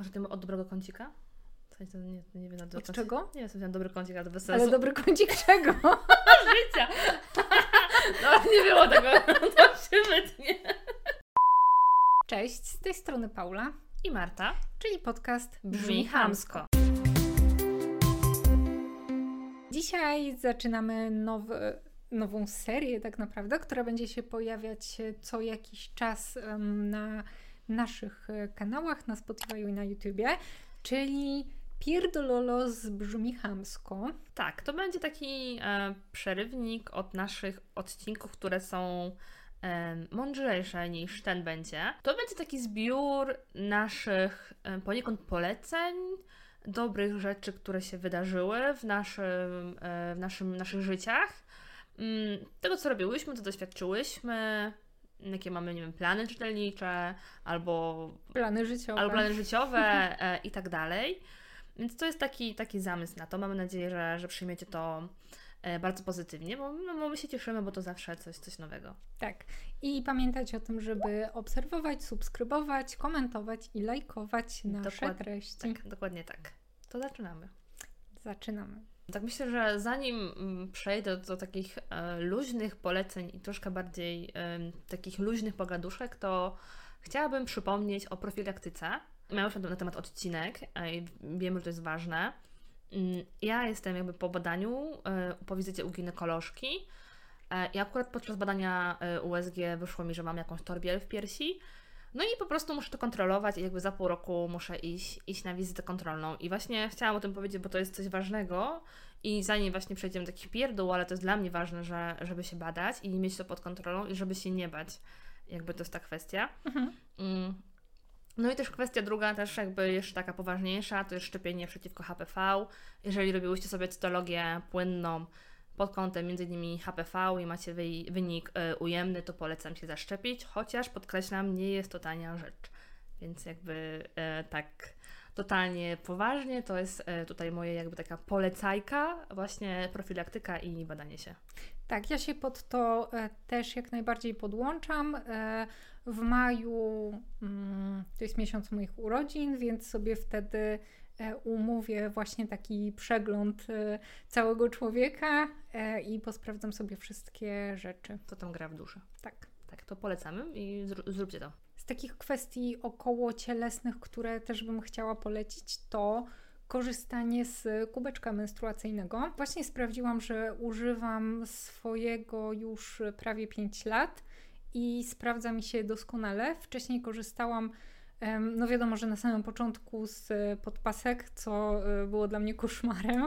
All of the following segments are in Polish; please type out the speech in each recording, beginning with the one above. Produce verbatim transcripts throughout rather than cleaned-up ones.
Może tym od dobrego kącika? W sensie, nie, nie wiem, na Od czego? Nie wiem, w sensie dobry kącik, ale to bez sensu. Ale dobry kącik czego? Życia! No, nie było tego, to się wytnie. Cześć, z tej strony Paula I Marta, czyli podcast Brzmi Chamsko. Dzisiaj zaczynamy nowy, nową serię tak naprawdę, która będzie się pojawiać co jakiś czas um, na naszych kanałach, na Spotify i na YouTubie, czyli Pierdololo z Brzmi Chamsko. Tak, to będzie taki e, przerywnik od naszych odcinków, które są e, mądrzejsze niż ten będzie. To będzie taki zbiór naszych e, poniekąd poleceń, dobrych rzeczy, które się wydarzyły w naszym, e, w naszym, naszych życiach. Mm, tego, co robiłyśmy, co doświadczyłyśmy, jakie mamy, nie wiem, plany czytelnicze, albo Plany życiowe. Albo plany życiowe e, i tak dalej. Więc to jest taki, taki zamysł na to. Mamy nadzieję, że, że przyjmiecie to e, bardzo pozytywnie, bo, no, bo my się cieszymy, bo to zawsze coś, coś nowego. Tak. I pamiętajcie o tym, żeby obserwować, subskrybować, komentować i lajkować nasze Dokład- treści. Tak, dokładnie tak. To zaczynamy. Zaczynamy. Tak myślę, że zanim mm, przejdę do takich e, luźnych poleceń i troszkę bardziej e, takich luźnych pogaduszek, to chciałabym przypomnieć o profilaktyce. Miałyśmy na temat odcinek i wiemy, że to jest ważne. Ja jestem jakby po badaniu po wizycie u ginekolożki i akurat podczas badania U S G wyszło mi, że mam jakąś torbiel w piersi. No i po prostu muszę to kontrolować i jakby za pół roku muszę iść, iść na wizytę kontrolną. I właśnie chciałam o tym powiedzieć, bo to jest coś ważnego i zanim właśnie przejdziemy do takich pierdół, ale to jest dla mnie ważne, że, żeby się badać i mieć to pod kontrolą i żeby się nie bać. Jakby to jest ta kwestia. Mhm. Mm. No i też kwestia druga, też jakby jeszcze taka poważniejsza, to jest szczepienie przeciwko H P V. Jeżeli robiłyście sobie cytologię płynną pod kątem między innymi H P V i macie wy, wynik y, ujemny, to polecam się zaszczepić, chociaż podkreślam, nie jest to tania rzecz. Więc jakby y, tak totalnie poważnie, to jest y, tutaj moje jakby taka polecajka, właśnie profilaktyka i badanie się. Tak, ja się pod to e, też jak najbardziej podłączam. E, w maju mm, to jest miesiąc moich urodzin, więc sobie wtedy e, umówię właśnie taki przegląd e, całego człowieka e, i posprawdzam sobie wszystkie rzeczy. Co tam gra w duszy. Tak. Tak, to polecamy i zr- zróbcie to. Z takich kwestii okołocielesnych, które też bym chciała polecić, to korzystanie z kubeczka menstruacyjnego. Właśnie sprawdziłam, że używam swojego już prawie pięć lat i sprawdza mi się doskonale. Wcześniej korzystałam, no wiadomo, że na samym początku z podpasek, co było dla mnie koszmarem.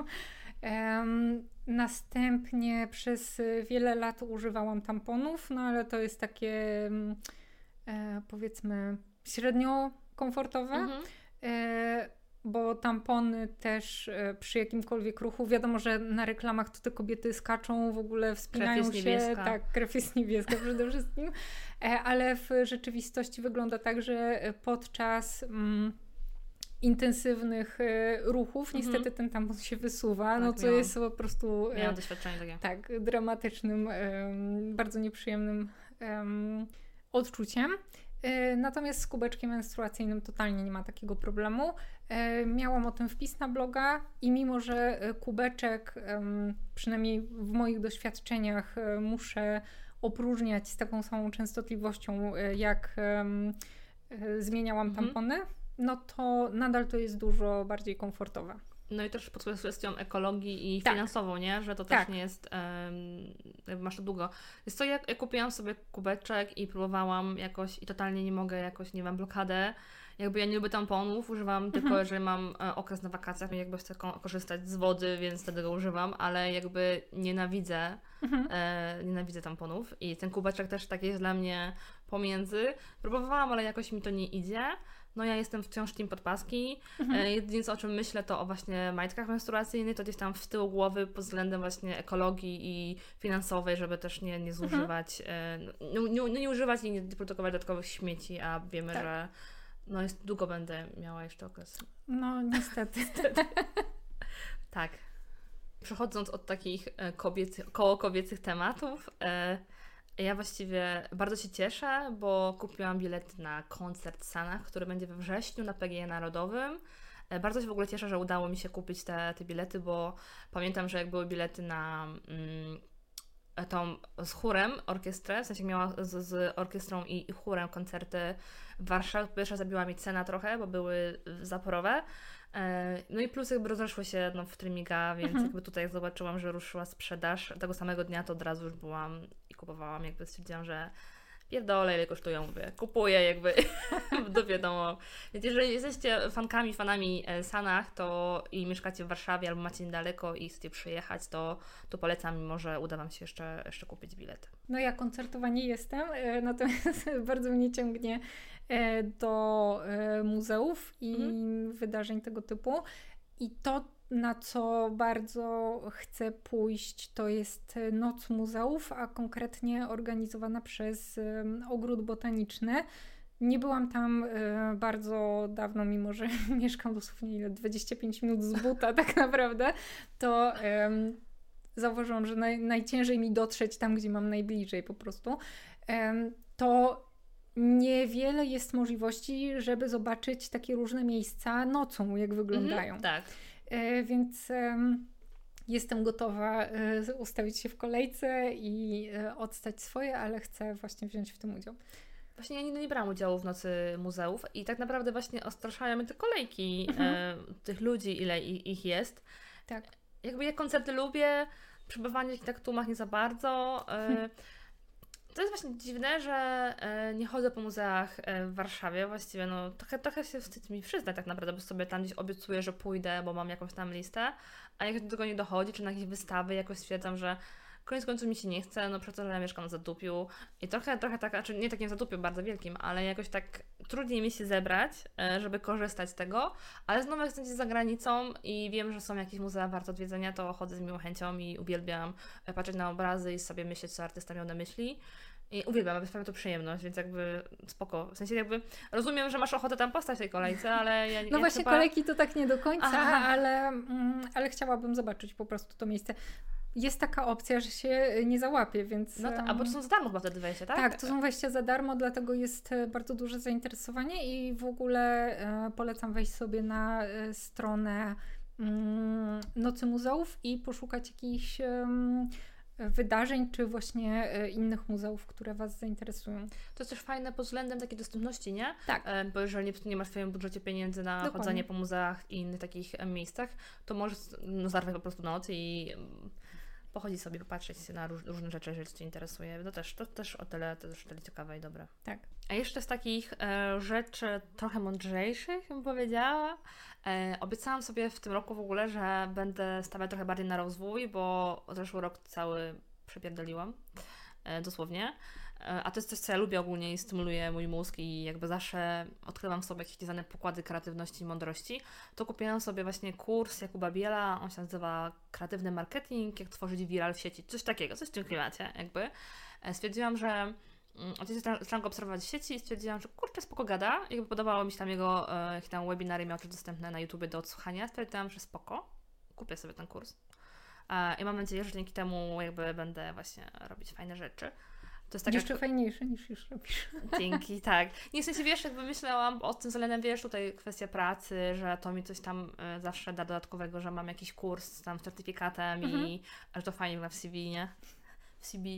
Następnie przez wiele lat używałam tamponów, no ale to jest takie powiedzmy średnio komfortowe. Mhm. Bo tampony też przy jakimkolwiek ruchu, wiadomo, że na reklamach to te kobiety skaczą, w ogóle wspinają krew jest się, niebieska. tak, krew jest niebieska przede wszystkim, ale w rzeczywistości wygląda tak, że podczas mm, intensywnych ruchów mhm. niestety ten tampon się wysuwa, tak, no co miałam, jest po prostu miałam doświadczenie takie. Tak, dramatycznym, um, bardzo nieprzyjemnym um, odczuciem. Natomiast z kubeczkiem menstruacyjnym totalnie nie ma takiego problemu. Miałam o tym wpis na bloga i mimo, że kubeczek, przynajmniej w moich doświadczeniach, muszę opróżniać z taką samą częstotliwością, jak zmieniałam mhm. tampony, no to nadal to jest dużo bardziej komfortowe. No i też pod kwestią ekologii i tak. finansową, nie? Że to tak. też nie jest, um, masz to długo. Jest to, jak ja kupiłam sobie kubeczek i próbowałam jakoś i totalnie nie mogę, jakoś nie mam blokadę. Jakby ja nie lubię tamponów, używam mhm. tylko, jeżeli mam e, okres na wakacjach, jakby chcę ko- korzystać z wody, więc wtedy go używam, ale jakby nienawidzę, mhm. e, nienawidzę tamponów i ten kubeczek też taki jest dla mnie pomiędzy. Próbowałam, ale jakoś mi to nie idzie. No ja jestem wciąż team podpaski. Mhm. E, jedynie co, o czym myślę, to o właśnie majtkach menstruacyjnych, to gdzieś tam w tył głowy pod względem właśnie ekologii i finansowej, żeby też nie, nie zużywać, mhm. e, nie, nie, nie używać i nie produkować dodatkowych śmieci, a wiemy, tak. że no jest, długo będę miała jeszcze okres. No niestety. Tak. Przechodząc od takich kobiecych, koło kobiecych tematów, e, Ja właściwie bardzo się cieszę, bo kupiłam bilet na koncert w Sanach, który będzie we wrześniu na P G E Narodowym. Bardzo się w ogóle cieszę, że udało mi się kupić te, te bilety, bo pamiętam, że jak były bilety na mm, tą z chórem orkiestrę, w sensie miała z, z orkiestrą i, i chórem koncerty w Warszawie. Pierwsza zabiła mi cena trochę, bo były zaporowe. No i plus jakby rozeszły się no, w Trymiga, więc mhm. jakby tutaj jak zobaczyłam, że ruszyła sprzedaż tego samego dnia, to od razu już byłam i kupowałam, jakby stwierdziłam, że pierdolę, ile kosztują, mówię, kupuję jakby, to wiadomo. Więc jeżeli jesteście fankami, fanami Sanach to i mieszkacie w Warszawie albo macie niedaleko i chcecie przyjechać, to, to polecam, mimo że uda Wam się jeszcze, jeszcze kupić bilet. No ja koncertowa nie jestem, natomiast bardzo mnie ciągnie do muzeów i mhm. wydarzeń tego typu. I to, na co bardzo chcę pójść, to jest Noc Muzeów, a konkretnie organizowana przez Ogród Botaniczny. Nie byłam tam bardzo dawno, mimo że mieszkam dosłownie dwadzieścia pięć minut z buta tak naprawdę, to um, zauważyłam, że naj, najciężej mi dotrzeć tam, gdzie mam najbliżej po prostu. Um, to niewiele jest możliwości, żeby zobaczyć takie różne miejsca nocą, jak wyglądają. Mhm, tak. E, więc e, jestem gotowa e, ustawić się w kolejce i e, odstać swoje, ale chcę właśnie wziąć w tym udział. Właśnie ja nigdy nie brałam udziału w Nocy Muzeów i tak naprawdę właśnie ostraszają mnie te kolejki mhm. e, tych ludzi, ile ich jest. Tak. Jakby ja koncerty lubię, przebywanie w tak tłumach nie za bardzo. E, To jest właśnie dziwne, że e, nie chodzę po muzeach e, w Warszawie. Właściwie no trochę, trochę się wstyd mi przyznać tak naprawdę, bo sobie tam gdzieś obiecuję, że pójdę, bo mam jakąś tam listę, a jak do tego nie dochodzi, czy na jakieś wystawy jakoś stwierdzam, że koniec końców mi się nie chce, no przez to, że ja mieszkam na Zadupiu i trochę, trochę tak, znaczy nie takim Zadupiu bardzo wielkim, ale jakoś tak trudniej mi się zebrać, e, żeby korzystać z tego, ale znowu jak jestem gdzieś za granicą i wiem, że są jakieś muzea warte odwiedzenia, to chodzę z miłą chęcią i uwielbiam patrzeć na obrazy i sobie myśleć, co artysta miał na myśli. I uwielbiam, aby sprawia to przyjemność, więc jakby spoko. W sensie jakby rozumiem, że masz ochotę tam postać w tej kolejce, ale ja nie. No właśnie, chyba... kolejki to tak nie do końca, ale, mm, ale chciałabym zobaczyć po prostu to miejsce. Jest taka opcja, że się nie załapie, więc... No to, a bo to są za darmo chyba wtedy wejścia, tak? Tak, to są wejścia za darmo, dlatego jest bardzo duże zainteresowanie i w ogóle e, polecam wejść sobie na e, stronę mm, Nocy Muzeów i poszukać jakichś e, wydarzeń, czy właśnie innych muzeów, które Was zainteresują. To jest też fajne pod względem takiej dostępności, nie? Tak. E, bo jeżeli nie, nie masz w swoim budżecie pieniędzy na Dokładnie. chodzenie po muzeach i innych takich miejscach, to możesz no, zarwać po prostu noc i pochodzić sobie, popatrzeć na róż, różne rzeczy, jeżeli Cię interesuje. No też, to też o tyle, to też o tyle ciekawe i dobre. Tak. A jeszcze z takich e, rzeczy trochę mądrzejszych, bym powiedziała, e, obiecałam sobie w tym roku w ogóle, że będę stawiać trochę bardziej na rozwój, bo zeszły rok cały przepierdoliłam, e, dosłownie. E, a to jest coś, co ja lubię ogólnie i stymuluje mój mózg i jakby zawsze odkrywam w sobie jakieś tak zwane pokłady kreatywności i mądrości. To kupiłam sobie właśnie kurs Jakuba Biela, on się nazywa Kreatywny Marketing, jak tworzyć viral w sieci, coś takiego, coś w tym klimacie jakby. E, stwierdziłam, że Oczywiście zaczęłam go obserwować w sieci i stwierdziłam, że kurczę, spoko gada. Jakby podobało mi się tam jego e, jakieś tam webinary, miał też dostępne na YouTubie do odsłuchania. Stwierdziłam, że spoko, kupię sobie ten kurs. E, I mam nadzieję, że dzięki temu jakby będę właśnie robić fajne rzeczy. To jest tak Jeszcze jak... fajniejsze niż już robisz. Dzięki, tak. Nie w sensie, wiesz, jakby myślałam o tym względem, wiesz, tutaj kwestia pracy, że to mi coś tam e, zawsze da dodatkowego, że mam jakiś kurs tam z certyfikatem mhm. i że to fajnie wygląda w C V, nie? W C B.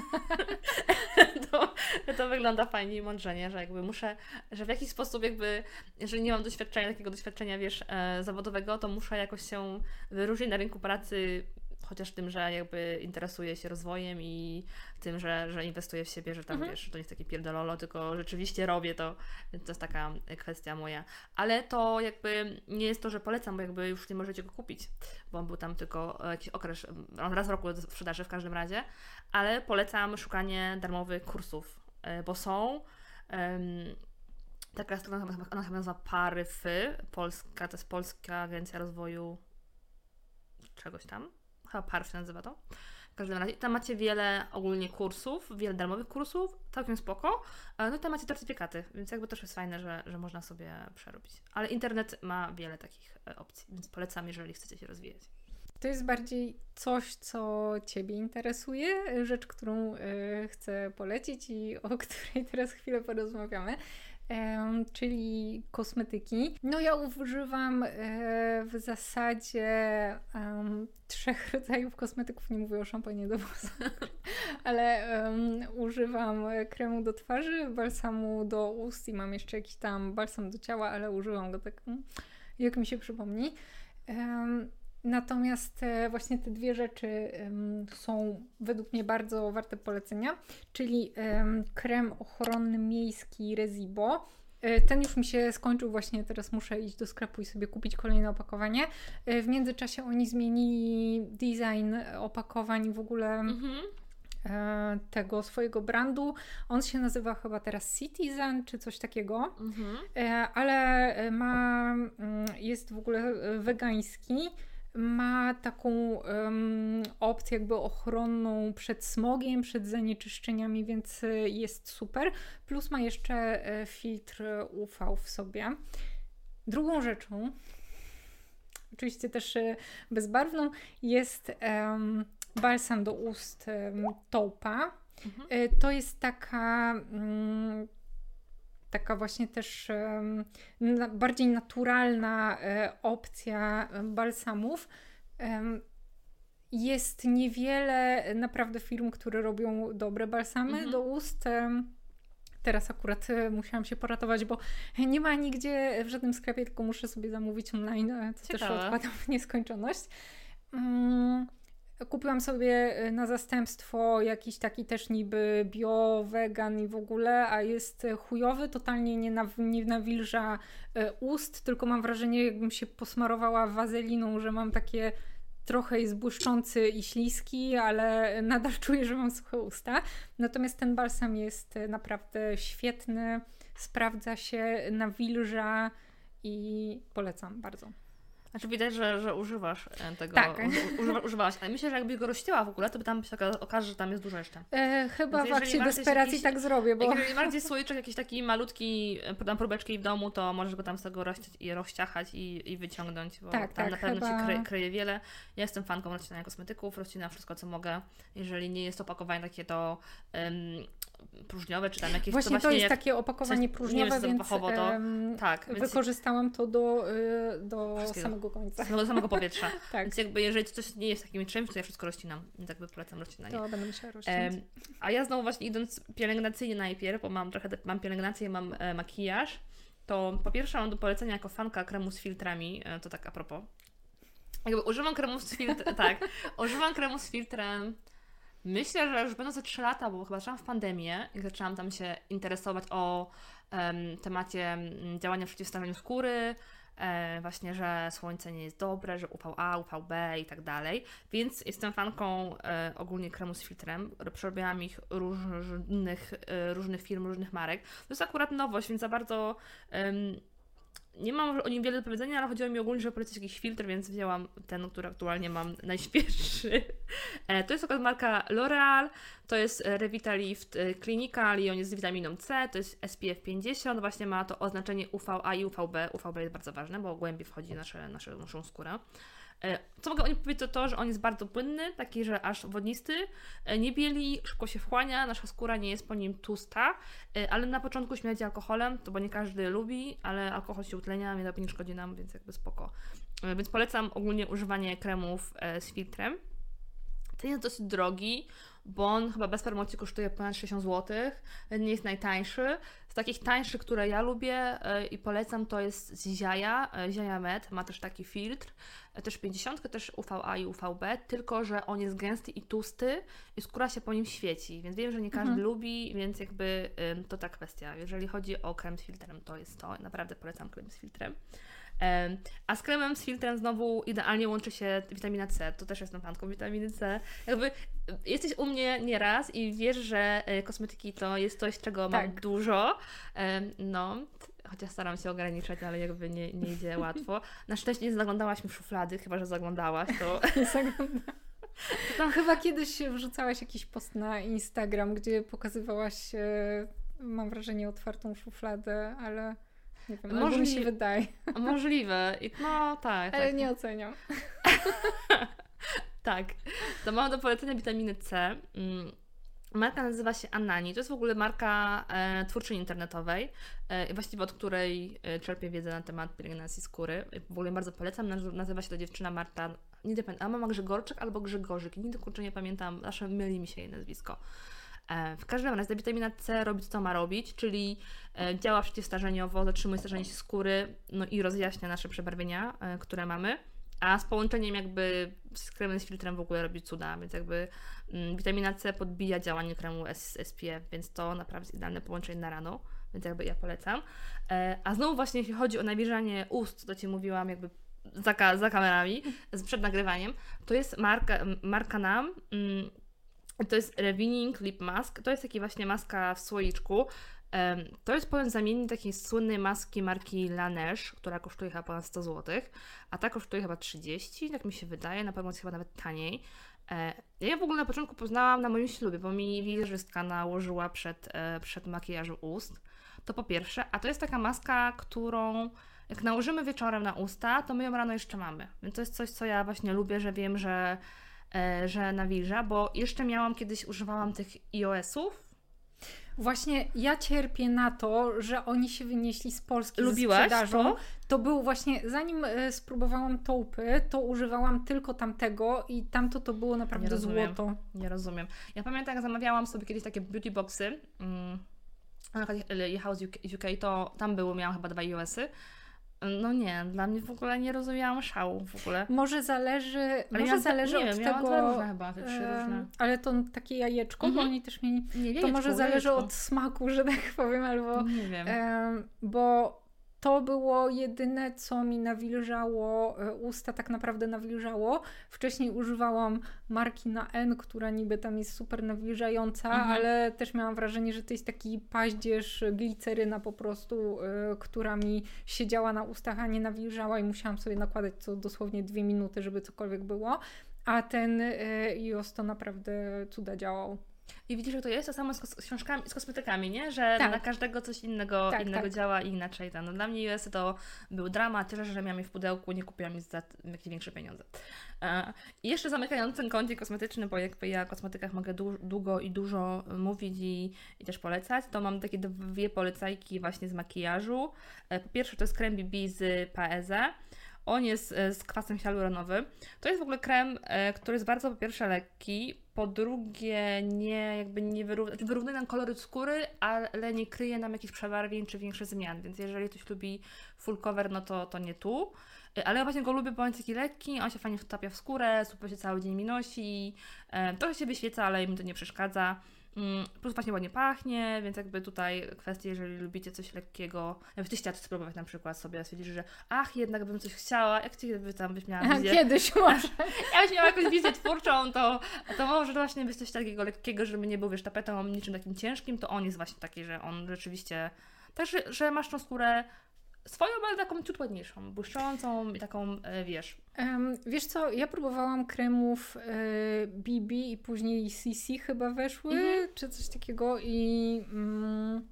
to, to wygląda fajnie i mądrzenie, że jakby muszę, że w jakiś sposób jakby, jeżeli nie mam doświadczenia, takiego doświadczenia, wiesz, e, zawodowego, to muszę jakoś się wyróżnić na rynku pracy, chociaż tym, że jakby interesuję się rozwojem i tym, że, że inwestuję w siebie, że tam mhm. wiesz, że to nie jest takie pierdololo, tylko rzeczywiście robię to, więc to jest taka kwestia moja. Ale to jakby nie jest to, że polecam, bo jakby już nie możecie go kupić, bo on był tam tylko jakiś okres, on raz w roku do sprzedaży w każdym razie, ale polecam szukanie darmowych kursów, bo są um, taka strona, ona chyba nazywa Paryfy, Polska, to jest Polska Agencja Rozwoju czegoś tam. Chyba Parf się nazywa to. W każdym razie tam macie wiele ogólnie kursów, wiele darmowych kursów, całkiem spoko. No i tam macie certyfikaty, więc jakby też jest fajne, że, że można sobie przerobić. Ale internet ma wiele takich opcji, więc polecam, jeżeli chcecie się rozwijać. To jest bardziej coś, co Ciebie interesuje, rzecz, którą y, chcę polecić i o której teraz chwilę porozmawiamy. Um, czyli kosmetyki. No ja używam e, w zasadzie um, trzech rodzajów kosmetyków, nie mówię o szampanie do włosów, ale um, używam kremu do twarzy, balsamu do ust i mam jeszcze jakiś tam balsam do ciała, ale używam go tak, jak mi się przypomni. Um, Natomiast e, właśnie te dwie rzeczy um, są według mnie bardzo warte polecenia, czyli um, krem ochronny miejski Resibo. E, ten już mi się skończył, właśnie teraz muszę iść do sklepu i sobie kupić kolejne opakowanie. E, w międzyczasie oni zmienili design opakowań i w ogóle mhm. e, tego swojego brandu. On się nazywa chyba teraz Citizen czy coś takiego, mhm. e, ale ma, jest w ogóle wegański. Ma taką um, opcję jakby ochronną przed smogiem, przed zanieczyszczeniami, więc jest super. Plus ma jeszcze e, filtr U V w sobie. Drugą rzeczą, oczywiście też e, bezbarwną, jest um, balsam do ust um, Taupa. Mhm. E, to jest taka... Um, taka właśnie też um, na, bardziej naturalna e, opcja balsamów. Um, jest niewiele naprawdę firm, które robią dobre balsamy mhm. do ust. Um, teraz akurat e, musiałam się poratować, bo nie ma nigdzie w żadnym sklepie, tylko muszę sobie zamówić online. E, to Ciekawe. Też odkładam w nieskończoność. Um, Kupiłam sobie na zastępstwo jakiś taki też niby bio, wegan i w ogóle, a jest chujowy, totalnie nie, naw- nie nawilża ust, tylko mam wrażenie, jakbym się posmarowała wazeliną, że mam takie trochę jest błyszczący i śliski, ale nadal czuję, że mam suche usta. Natomiast ten balsam jest naprawdę świetny, sprawdza się, nawilża i polecam bardzo. Znaczy widać, że, że używasz tego, tak. używa, używałaś, ale myślę, że jakbyś go rozcięła w ogóle, to by tam się okaże, że tam jest dużo jeszcze. E, chyba w akcie desperacji jakiś, tak zrobię, bo... Jeżeli masz gdzieś słoiczek jakiś taki malutki, tam próbeczki w domu, to możesz go tam z tego rozciąć i rozciachać i, i wyciągnąć, bo tak, tam tak, na pewno chyba... Ci kryje, kryje wiele. Ja jestem fanką rozcinania kosmetyków, rozcinam wszystko, co mogę. Jeżeli nie jest to opakowanie takie to um, próżniowe, czy tam jakieś... Właśnie to, to, właśnie jest takie opakowanie coś, próżniowe, więc to, um, tak, wykorzystałam więc... to do, do samego końca. Do samego powietrza. Tak. Więc jakby jeżeli coś nie jest takim czymś, to ja wszystko rozcinam. Więc jakby polecam rozcinanie. To będę musiała rozcinać. Um, a ja znowu właśnie idąc pielęgnacyjnie najpierw, bo mam trochę, mam pielęgnację, mam e, makijaż, to po pierwsze mam do polecenia jako fanka kremu z filtrami, e, to tak a propos. Jakby używam kremu z filtrem, tak, używam kremu z filtrem. Myślę, że już będą ze trzy lata, bo chyba zaczęłam w pandemię i zaczęłam tam się interesować o um, temacie działania przeciwstawieniu skóry, e, właśnie, że słońce nie jest dobre, że U V A, U V B i tak dalej, więc jestem fanką e, ogólnie kremu z filtrem, przerobiłam ich różnych, e, różnych firm, różnych marek. To jest akurat nowość, więc za bardzo um, nie mam o nim wiele do powiedzenia, ale chodziło mi ogólnie, żeby polecić jakiś filtr, więc wzięłam ten, który aktualnie mam najświeższy. E, to jest akurat marka L'Oreal, to jest Revitalift Clinical i on jest z witaminą C, to jest S P F pięćdziesiąt, właśnie ma to oznaczenie U V A i U V B. U V B jest bardzo ważne, bo głębiej wchodzi w nasze, nasze, naszą skórę. Co mogę o nim powiedzieć, to to, że on jest bardzo płynny, taki, że aż wodnisty, nie bieli, szybko się wchłania, nasza skóra nie jest po nim tłusta, ale na początku śmierdzi alkoholem, to bo nie każdy lubi, ale alkohol się utlenia, nie, nie szkodzi nam, więc jakby spoko. Więc polecam ogólnie używanie kremów z filtrem. Ten jest dosyć drogi, bo on chyba bez promocji kosztuje ponad sześćdziesiąt złotych, nie jest najtańszy. Z takich tańszych, które ja lubię yy, i polecam, to jest z Ziaja, yy, Ziaja Med, ma też taki filtr, yy, też pięćdziesiąt, też U V A i U V B, tylko że on jest gęsty i tłusty i skóra się po nim świeci, więc wiem, że nie każdy mhm. lubi, więc jakby yy, to ta kwestia. Jeżeli chodzi o krem z filtrem, to jest to, naprawdę polecam krem z filtrem. A z kremem z filtrem znowu idealnie łączy się witamina C. To też jestem fanką witaminy C. Jakby jesteś u mnie nieraz i wiesz, że kosmetyki to jest coś, czego tak. mam dużo. No, chociaż staram się ograniczać, ale jakby nie, nie idzie łatwo. Na szczęście nie zaglądałaś mi w szuflady, chyba że zaglądałaś, to... Nie zaglądałam. Tam chyba kiedyś wrzucałaś jakiś post na Instagram, gdzie pokazywałaś, mam wrażenie, otwartą szufladę, ale... Nie wiem, Możli... mi się wydaje. Możliwe. I, no tak. Ale tak. nie oceniam. Tak, to mam do polecenia witaminę C. Marka nazywa się Anani. To jest w ogóle marka e, twórczyni internetowej, e, właściwie od której e, czerpię wiedzę na temat pielęgnacji skóry. W ogóle bardzo polecam. Nazywa się to dziewczyna Marta, nie pamiętam, a mama Grzegorczyk albo Grzegorzyk. Nigdy kurczę nie pamiętam, zawsze myli mi się jej nazwisko. E, w każdym razie ta witamina C robi co ma robić, czyli e, działa przeciwstarzeniowo, zatrzymuje starzenie się skóry, no i rozjaśnia nasze przebarwienia, e, które mamy. A z połączeniem jakby z kremem z filtrem w ogóle robi cuda, więc jakby mm, witamina C podbija działanie kremu S P F, więc to naprawdę jest idealne połączenie na rano, więc jakby ja polecam. E, a znowu właśnie jeśli chodzi o nawilżanie ust, to Ci mówiłam jakby za, ka- za kamerami, przed nagrywaniem, to jest marka, marka Nam, mm, to jest Revealing Lip Mask, to jest taki właśnie maska w słoiczku. To jest potem zamiennik takiej słynnej maski marki Laneige, która kosztuje chyba ponad sto złotych, a ta kosztuje chyba trzydzieści, tak mi się wydaje, na pewno jest chyba nawet taniej. Ja ją w ogóle na początku poznałam na moim ślubie, bo mi wizerzystka nałożyła przed, przed makijażu ust. To po pierwsze, a to jest taka maska, którą jak nałożymy wieczorem na usta, to my ją rano jeszcze mamy. Więc to jest coś, co ja właśnie lubię, że wiem, że, że nawilża, bo jeszcze miałam kiedyś, używałam tych I O S-ów. Właśnie ja cierpię na to, że oni się wynieśli z Polski Lubiłaś ze sprzedażą. to? To był właśnie, zanim y, spróbowałam taupy, to używałam tylko tamtego i tamto to było naprawdę nie złoto. Nie rozumiem. Ja pamiętam, jak zamawiałam sobie kiedyś takie beauty boxy, mm, na przykład jechałam z U K, to tam było, miałam chyba dwa I O S-y. No nie, dla mnie w ogóle nie rozumiałam szału w ogóle. Może zależy, ale może ja, zależy nie od wiem, tego. Dwa różne chyba, te trzy um, różne. Ale to takie jajeczko, Mhm. bo oni też mieli. Nie, jajeczko, to może zależy jajeczko. od smaku, że tak powiem, albo. Nie wiem. Um, bo to było jedyne, co mi nawilżało usta, tak naprawdę nawilżało. Wcześniej używałam marki na N, która niby tam jest super nawilżająca, Mhm. ale też miałam wrażenie, że to jest taki paździerz, gliceryna po prostu, y, która mi siedziała na ustach, a nie nawilżała i musiałam sobie nakładać co dosłownie dwie minuty, żeby cokolwiek było. A ten y, I O S to naprawdę cuda działał. I widzisz, że to jest to samo z, kos- z książkami, z kosmetykami, nie? Że Tak. na każdego coś innego, Tak, innego tak. działa i inaczej. No, dla mnie I O S-y to był dramat, cieszę się, że miałam je w pudełku, nie kupiłam ich za t- jakieś większe pieniądze. E, I jeszcze zamykając ten kącik kosmetyczny, bo jakby ja o kosmetykach mogę du- długo i dużo mówić i, i też polecać, to mam takie dwie polecajki właśnie z makijażu. E, po pierwsze to jest krem B B z Paese. On jest e, z kwasem hialuronowym. To jest w ogóle krem, e, który jest bardzo po pierwsze lekki, po drugie nie jakby nie wyrównuje, znaczy wyrównuje nam kolory skóry, ale nie kryje nam jakichś przebarwień czy większych zmian, więc jeżeli ktoś lubi full cover, no to, to nie tu. E, ale ja właśnie go lubię, bo on jest taki lekki, on się fajnie wtapia w skórę, super się cały dzień mi nosi, e, trochę się wyświeca, ale mi to nie przeszkadza. Plus właśnie ładnie pachnie, więc jakby tutaj kwestie, jeżeli lubicie coś lekkiego, jakbyś chciała coś spróbować na przykład sobie, stwierdzisz, że ach, jednak bym coś chciała, jak Ty by tam byś miała wizję. Kiedyś może. Jakbyś miała jakąś wizję twórczą, to, to może właśnie być coś takiego lekkiego, żeby nie był, wiesz, tapetą niczym takim ciężkim, to on jest właśnie taki, że on rzeczywiście, tak, że, że masz tą skórę swoją, ale taką ciut ładniejszą, błyszczącą i taką, e, wiesz. Um, wiesz co, ja próbowałam kremów e, B B i później C C chyba weszły, Mhm. czy coś takiego i mm,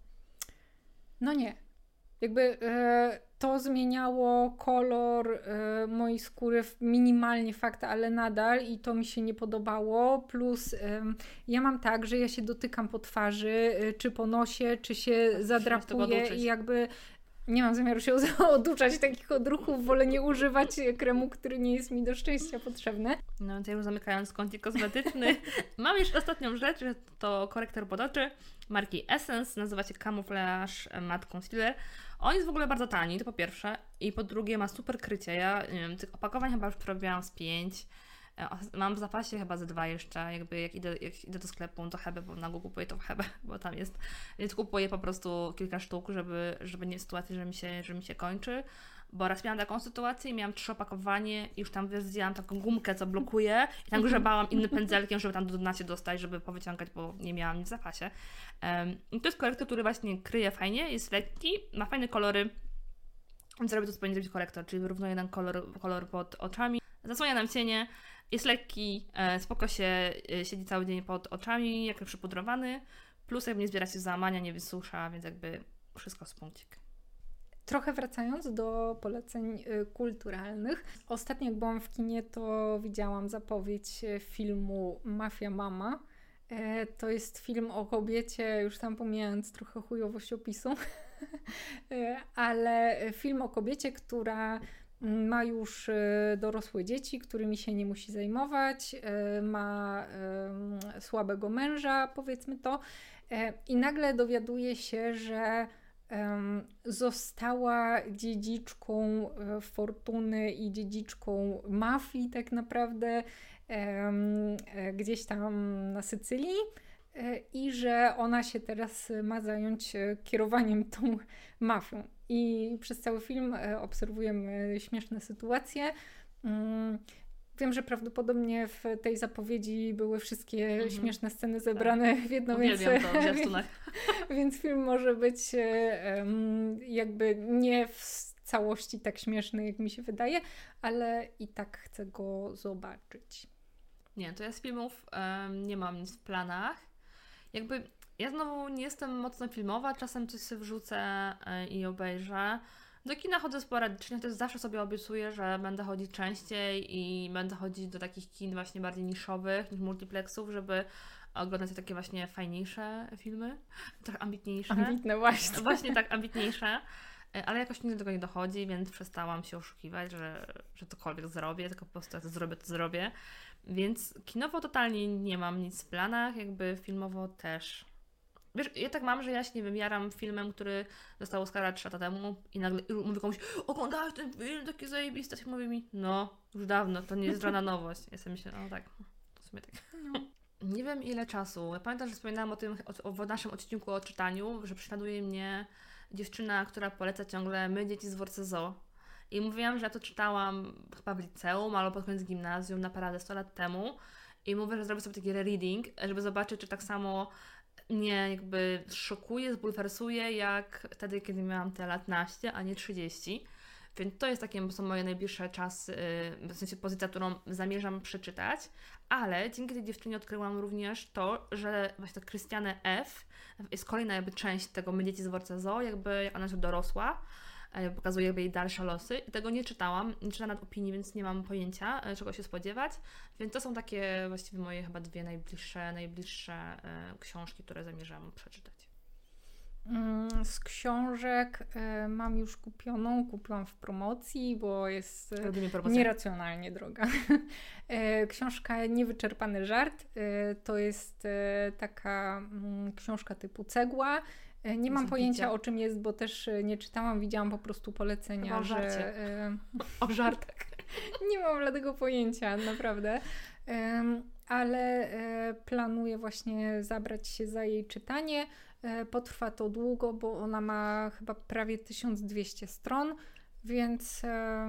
no nie. Jakby e, to zmieniało kolor e, mojej skóry w minimalnie fakt, ale nadal i to mi się nie podobało. Plus em, ja mam tak, że ja się dotykam po twarzy, e, czy po nosie, czy się Tak, musimy zadrapuję z tego oduczyć. i jakby nie mam zamiaru się oduczać takich odruchów, wolę nie używać kremu, który nie jest mi do szczęścia potrzebny. No to już zamykając kącik kosmetyczny, mam jeszcze ostatnią rzecz, to korektor pod oczy marki Essence, nazywa się Camouflage Matte Concealer. On jest w ogóle bardzo tani, to po pierwsze, i po drugie ma super krycie. Ja nie wiem, tych opakowań chyba już przerobiłam z pięć. Mam w zapasie chyba ze dwa jeszcze, jakby jak idę, jak idę do sklepu, to Hebę, bo na Google kupuję to w Hebę, bo tam jest, więc kupuję po prostu kilka sztuk, żeby, żeby nie w sytuacji, że mi się, że mi się kończy, bo raz miałam taką sytuację i miałam trzy opakowanie i już tam zdjęłam taką gumkę, co blokuje i tam grzebałam innym pędzelkiem, żeby tam do dna się dostać, żeby powyciągać, bo nie miałam nic w zapasie. Um, i to jest korektor, który właśnie kryje fajnie, jest lekki, ma fajne kolory, więc robię to, co powinien zrobić korektor, czyli wyrównuje nam kolor, kolor pod oczami, zasłania nam cienie, jest lekki, e, spoko się e, siedzi cały dzień pod oczami, jak przypudrowany, plus jakby nie zbiera się załamania, nie wysusza, więc jakby wszystko z punkcik. Trochę wracając do poleceń kulturalnych. Ostatnio jak byłam w kinie, to widziałam zapowiedź filmu Mafia Mama. To jest film o kobiecie, już tam pomijając trochę chujowość opisu, ale film o kobiecie, która ma już dorosłe dzieci, którymi się nie musi zajmować, ma słabego męża, powiedzmy to, i nagle dowiaduje się, że została dziedziczką fortuny i dziedziczką mafii tak naprawdę gdzieś tam na Sycylii i że ona się teraz ma zająć kierowaniem tą mafią. I przez cały film obserwujemy śmieszne sytuacje. Wiem, że prawdopodobnie w tej zapowiedzi były wszystkie mhm. śmieszne sceny zebrane tak. w jedno, więc, to w więc film może być um, jakby nie w całości tak śmieszny, jak mi się wydaje, ale i tak chcę go zobaczyć. Nie, to ja z filmów um, nie mam nic w planach. Jakby ja znowu nie jestem mocno filmowa, czasem coś sobie wrzucę y, i obejrzę. Do kina chodzę sporadycznie, też zawsze sobie obiecuję, że będę chodzić częściej i będę chodzić do takich kin właśnie bardziej niszowych niż multiplexów, żeby oglądać takie właśnie fajniejsze filmy, trochę ambitniejsze. Ambitne właśnie. Właśnie tak, ambitniejsze, ale jakoś nigdy do tego nie dochodzi, więc przestałam się oszukiwać, że, że cokolwiek zrobię, tylko po prostu jak to zrobię, to zrobię. Więc kinowo totalnie nie mam nic w planach, jakby filmowo też. Wiesz, ja tak mam, że ja się nie wiem, jaram filmem, który dostał Oscara trzy lata temu i nagle mówię komuś, oglądałeś ten film, taki zajebisty, i mówi mi, no, już dawno, to nie jest żadna nowość. Ja sobie myślę, no tak, w sumie tak. No. Nie wiem ile czasu. Ja pamiętam, że wspominałam o tym o, o naszym odcinku o czytaniu, że prześladuje mnie dziewczyna, która poleca ciągle My, dzieci z dworca Zoo. I mówiłam, że ja to czytałam chyba w liceum albo pod koniec gimnazjum, naprawdę sto lat temu. I mówię, że zrobię sobie taki rereading, żeby zobaczyć, czy tak samo mnie jakby szokuje, zbulwersuje, jak wtedy, kiedy miałam te lat naście, a nie trzydzieści. Więc to jest takie, bo są moje najbliższe czasy, w sensie pozycja, którą zamierzam przeczytać. Ale dzięki tej dziewczynie odkryłam również to, że właśnie to Christiane F. jest kolejna jakby część tego My, dzieci z dworca Zoo, jakby jak ona już dorosła. Pokazuje jakby jej dalsze losy i tego nie czytałam, nie czytałam nad opinii, więc nie mam pojęcia, czego się spodziewać, więc to są takie właściwie moje chyba dwie najbliższe, najbliższe e, książki, które zamierzam przeczytać. Z książek e, mam już kupioną, kupiłam w promocji, bo jest e, nieracjonalnie droga. e, książka Niewyczerpany żart, e, to jest e, taka m, książka typu cegła. Nie mam pojęcia o czym jest, bo też nie czytałam, widziałam po prostu polecenia, o że... O żartach. Nie mam żadnego pojęcia, naprawdę. Ale planuję właśnie zabrać się za jej czytanie. Potrwa to długo, bo ona ma chyba prawie tysiąc dwieście stron, więc...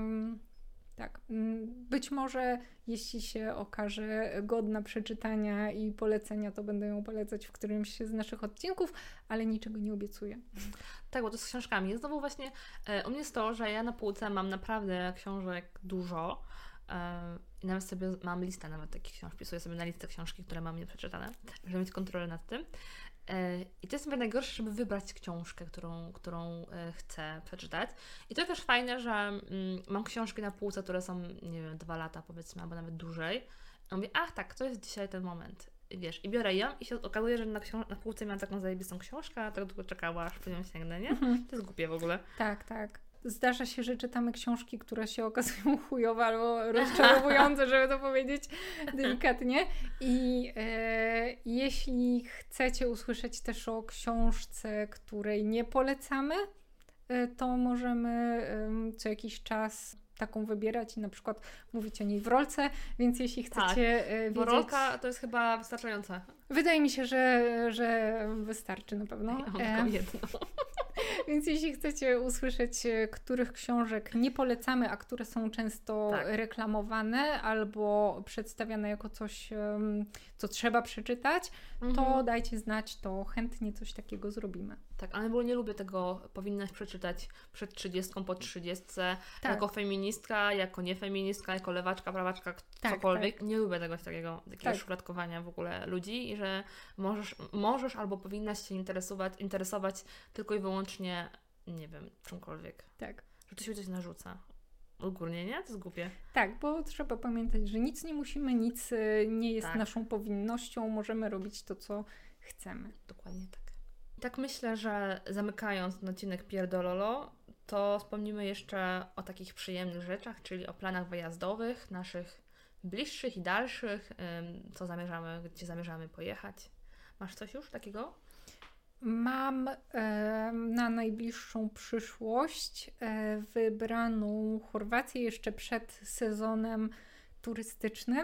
Tak, być może jeśli się okaże godna przeczytania i polecenia, to będę ją polecać w którymś z naszych odcinków, ale niczego nie obiecuję. Tak, bo to z książkami. Znowu właśnie e, u mnie jest to, że ja na półce mam naprawdę książek dużo e, i nawet sobie mam listę nawet takich książek, wpisuję sobie na listę książki, które mam nieprzeczytane, żeby mieć kontrolę nad tym. I to jest chyba najgorsze, żeby wybrać książkę, którą, którą chcę przeczytać. I to jest też fajne, że mm, mam książki na półce, które są, nie wiem, dwa lata powiedzmy, albo nawet dłużej. I mówię, ach tak, to jest dzisiaj ten moment. I wiesz, i biorę ją i się okazuje, że na, książ- na półce miałam taką zajebistą książkę, a tak długo czekała, aż po nią sięgnę, nie? Mhm. To jest głupie w ogóle. Tak, tak. Zdarza się, że czytamy książki, które się okazują chujowe albo rozczarowujące, żeby to powiedzieć delikatnie. I e, jeśli chcecie usłyszeć też o książce, której nie polecamy, e, to możemy e, co jakiś czas taką wybierać i na przykład mówić o niej w rolce, więc jeśli chcecie tak, wiedzieć... Bo rolka to jest chyba wystarczająca. Wydaje mi się, że, że wystarczy na pewno. Ja mam tylko jedno. Więc jeśli chcecie usłyszeć, których książek nie polecamy, a które są często tak. reklamowane albo przedstawiane jako coś, co trzeba przeczytać, mhm. to dajcie znać, to chętnie coś takiego zrobimy. Tak, ale bo nie lubię tego, powinnaś przeczytać przed trzydziestką, po trzydziestce, tak. jako feministka, jako niefeministka, jako lewaczka, prawaczka, tak, cokolwiek. Tak. Nie lubię tego takiego, takiego tak. szufladkowania w ogóle ludzi i że możesz, możesz albo powinnaś się interesować, interesować tylko i wyłącznie nie wiem, czymkolwiek. Tak. Że to się coś narzuca. Ogólnie, nie? To jest głupie. Tak, bo trzeba pamiętać, że nic nie musimy, nic y, nie jest Tak. naszą powinnością, możemy robić to, co chcemy. Dokładnie tak. I tak myślę, że zamykając ten odcinek Pierdololo, to wspomnimy jeszcze o takich przyjemnych rzeczach, czyli o planach wyjazdowych, naszych bliższych i dalszych, ym, co zamierzamy, gdzie zamierzamy pojechać. Masz coś już takiego? Mam e, na najbliższą przyszłość e, wybraną Chorwację jeszcze przed sezonem turystycznym.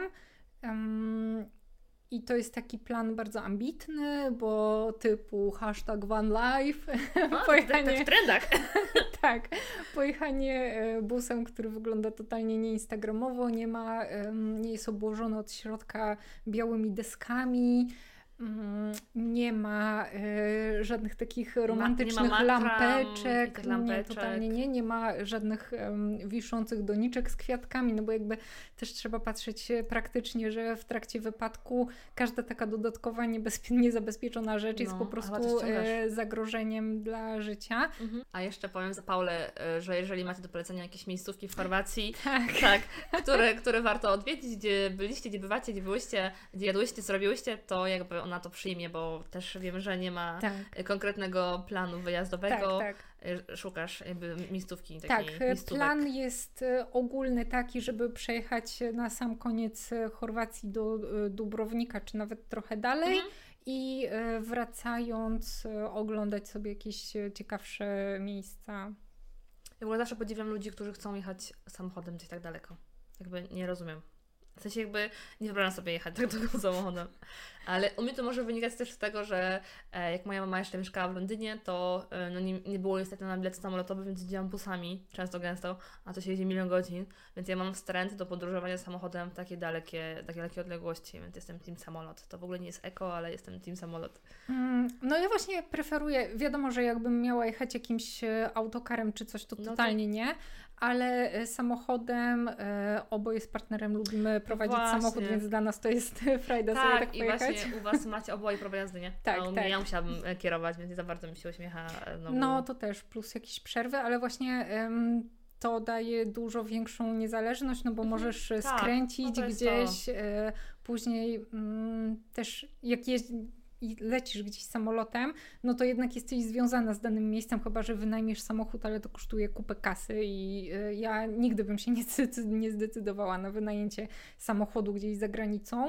Em, I to jest taki plan bardzo ambitny, bo typu hashtag Van Life, A, pojechanie, tak, tak w trendach. tak, pojechanie e, busem, który wygląda totalnie nieinstagramowo, nie ma, em, nie jest obłożony od środka białymi deskami. Mm, Nie ma e, żadnych takich romantycznych Ma- nie ma matram, lampeczek, tych nie, lampeczek. totalnie nie, nie ma żadnych em, wiszących doniczek z kwiatkami, no bo jakby też trzeba patrzeć e, praktycznie, że w trakcie wypadku każda taka dodatkowa niebezpie- niezabezpieczona rzecz jest No, po a chyba prostu to ściągasz. e, zagrożeniem dla życia. Mhm. A jeszcze powiem za Paulę, y, że jeżeli macie do polecenia jakieś miejscówki w Chorwacji, Tak. tak, które, które warto odwiedzić, gdzie byliście, gdzie bywacie, gdzie byłyście, gdzie jadłyście, co robiłyście, to jakby ona to przyjmie, bo też wiemy, że nie ma Tak. konkretnego planu wyjazdowego. Tak, tak. Szukasz jakby miejscówki Tak, takiej, miejscówek. plan jest e, ogólny taki, żeby przejechać na sam koniec e, Chorwacji do e, Dubrownika, czy nawet trochę dalej Mhm. i e, wracając e, oglądać sobie jakieś e, ciekawsze miejsca. Ja w ogóle zawsze podziwiam ludzi, którzy chcą jechać samochodem gdzieś tak daleko. Jakby nie rozumiem. W sensie jakby nie wyobrażam sobie jechać tak długo samochodem. Ale u mnie to może wynikać też z tego, że e, jak moja mama jeszcze mieszkała w Londynie, to e, no nie, nie było niestety na bilet samolotowy, więc jeździłam busami, często gęsto, a to się jeździ milion godzin, więc ja mam wstręt do podróżowania samochodem w takie dalekie, takie dalekie odległości, więc jestem team samolot. To w ogóle nie jest eko, ale jestem team samolot. Mm, No ja właśnie preferuję, wiadomo, że jakbym miała jechać jakimś e, autokarem czy coś, to No to- totalnie nie, ale e, samochodem e, oboje z partnerem lubimy prowadzić Właśnie. samochód, więc dla nas to jest frajda sobie tak i pojechać. właśnie u Was macie oboje prawo jazdy, nie? Tak, a u mnie tak. ja musiałabym e, kierować, więc nie za bardzo mi się uśmiecha. e, No, No bo- to też plus jakieś przerwy, ale właśnie em, to daje dużo większą niezależność, no bo Mhm, możesz e, tak, skręcić no to jest gdzieś, e, później mm, też jak jeździ, i lecisz gdzieś samolotem, no to jednak jesteś związana z danym miejscem, chyba że wynajmiesz samochód, ale to kosztuje kupę kasy i e, ja nigdy bym się nie, zdecy- nie zdecydowała na wynajęcie samochodu gdzieś za granicą,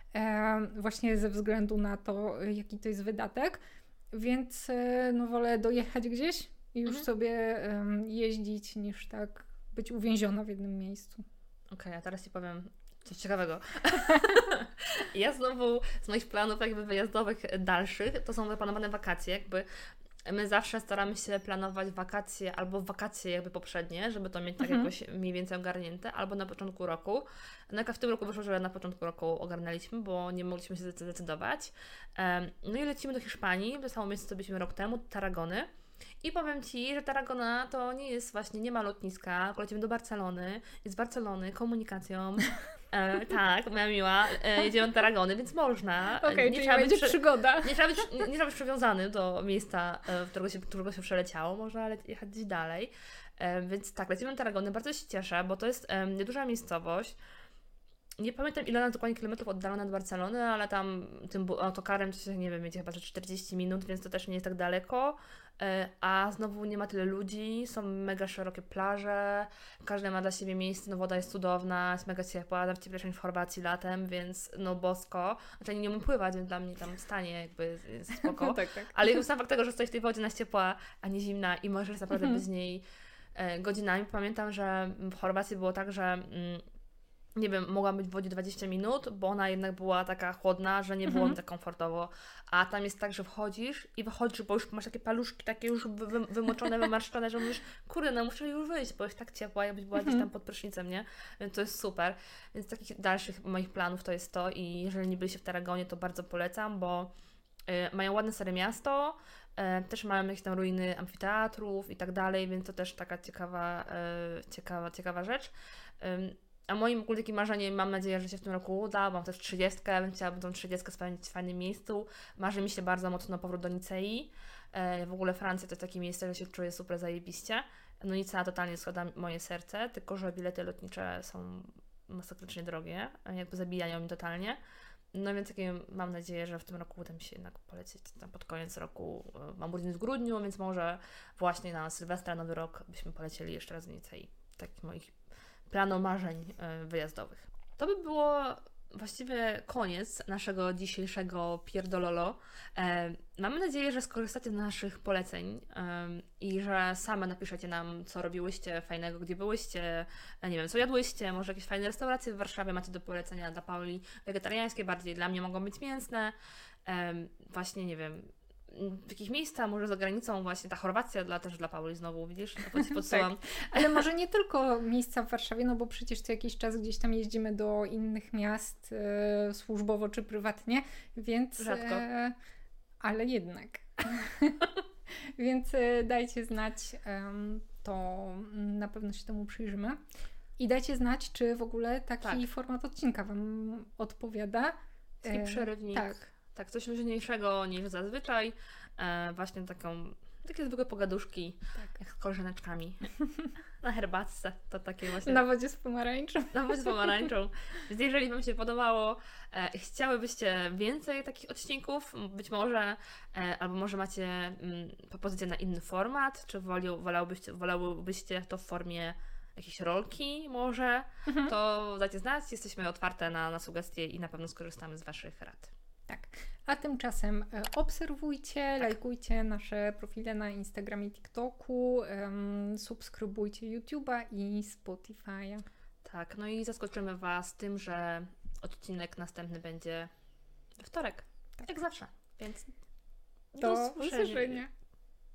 e, właśnie ze względu na to, e, jaki to jest wydatek. Więc e, no wolę dojechać gdzieś i już Mhm. sobie em, jeździć, niż tak być uwięziona w jednym miejscu. Okej, a teraz Ci powiem coś ciekawego. Ja znowu z moich planów jakby wyjazdowych dalszych, to są zaplanowane wakacje, jakby my zawsze staramy się planować wakacje albo wakacje jakby poprzednie, żeby to mieć tak Mhm. jakoś mniej więcej ogarnięte, albo na początku roku. No jak w tym roku wyszło, że na początku roku ogarnęliśmy, bo nie mogliśmy się zdecydować. Em, No i lecimy do Hiszpanii, to samo miejsce co byliśmy rok temu, Tarragony. I powiem Ci, że Tarragona to nie jest właśnie, nie ma lotniska, tylko lecimy do Barcelony, jest z Barcelony komunikacją. E, tak, moja miła, e, jedziemy do Tarragony, więc można. Okej, nie czyli trzeba być będzie przy- przygoda. nie trzeba, być, nie, nie trzeba być przywiązany do miejsca, e, w którego się, którego się przeleciało, można le- jechać gdzieś dalej. E, więc tak, lecimy do Tarragony, bardzo się cieszę, bo to jest e, nieduża miejscowość. Nie pamiętam ile ona dokładnie kilometrów oddalona od Barcelony, ale tam tym bu- autokarem to się, nie wiem, jedzie chyba że czterdzieści minut, więc to też nie jest tak daleko. E, A znowu nie ma tyle ludzi, są mega szerokie plaże, każdy ma dla siebie miejsce, no woda jest cudowna, jest mega ciepła, nawet cieplejsza niż w Chorwacji latem, więc no bosko. Znaczy nie umiem pływać, więc dla mnie tam stanie jakby jest spoko. No tak, tak. Ale już sam fakt tego, że stoisz w tej wodzie, ona jest ciepła, a nie zimna i możesz naprawdę Mhm. bez niej e, godzinami. Pamiętam, że w Chorwacji było tak, że mm, nie wiem, mogłam być w wodzie dwadzieścia minut, bo ona jednak była taka chłodna, że nie było Mhm. mi tak komfortowo. A tam jest tak, że wchodzisz i wychodzisz, bo już masz takie paluszki takie już wy, wy, wymoczone, wymarszczone, że mówisz, kurde, no muszę już wyjść, bo jest tak ciepła, jakbyś była gdzieś Mhm. tam pod prysznicem, nie? Więc to jest super. Więc takich dalszych moich planów to jest to i jeżeli nie byliście w Tarragonie, to bardzo polecam, bo y, mają ładne stare miasto, y, też mają jakieś tam ruiny amfiteatrów i tak dalej, więc to też taka ciekawa, y, ciekawa, ciekawa rzecz. Ym, A moim ogólnie takim marzeniem, mam nadzieję, że się w tym roku uda, mam też trzydziestkę, więc chciałabym tą trzydziestkę spędzić w fajnym miejscu. Marzy mi się bardzo mocno powrót do Nicei, E, w ogóle Francja to jest takie miejsce, że się czuję super zajebiście. No Nica totalnie składa moje serce, tylko że bilety lotnicze są masakrycznie drogie, jakby zabijają mi totalnie. No więc takie mam nadzieję, że w tym roku uda mi się jednak polecieć tam pod koniec roku. Mam urodziny w grudniu, więc może właśnie na Sylwestra, Nowy Rok byśmy polecieli jeszcze raz w Nicę i takich moich planomarzeń wyjazdowych. To by było właściwie koniec naszego dzisiejszego pierdololo. E, mamy nadzieję, że skorzystacie z naszych poleceń e, i że same napiszecie nam, co robiłyście fajnego, gdzie byłyście, e, nie wiem, co jadłyście, może jakieś fajne restauracje w Warszawie macie do polecenia dla Pauli, wegetariańskie bardziej, dla mnie mogą być mięsne, e, właśnie, nie wiem, w jakich miejsca, może za granicą właśnie ta Chorwacja dla, też dla Pauli znowu, widzisz, to podsyłam. Tak. Ale może nie tylko miejsca w Warszawie, no bo przecież co jakiś czas gdzieś tam jeździmy do innych miast e, służbowo czy prywatnie, więc... Rzadko. E, ale jednak. Więc e, dajcie znać, e, to na pewno się temu przyjrzymy. I dajcie znać, czy w ogóle taki tak. format odcinka Wam odpowiada. Taki e, przerywnik. Tak. Tak, coś luźniejszego niż zazwyczaj. E, właśnie taką, takie zwykłe pogaduszki, tak. Jak z koleżaneczkami. Na herbatce, to takie właśnie... Na wodzie z pomarańczą. Na wodzie z pomarańczą. Więc jeżeli Wam się podobało, e, chciałybyście więcej takich odcinków, być może, e, albo może macie mm, propozycję na inny format, czy woli, wolałybyście, wolałybyście to w formie jakiejś rolki może, mhm. to dajcie znać. Jesteśmy otwarte na, na sugestie i na pewno skorzystamy z Waszych rad. Tak. A tymczasem obserwujcie, tak. lajkujcie nasze profile na Instagramie, TikToku, um, subskrybujcie YouTube'a i Spotify'a. Tak, no i zaskoczymy Was tym, że odcinek następny będzie we wtorek. Tak. Jak zawsze. Więc do, do usłyszenia.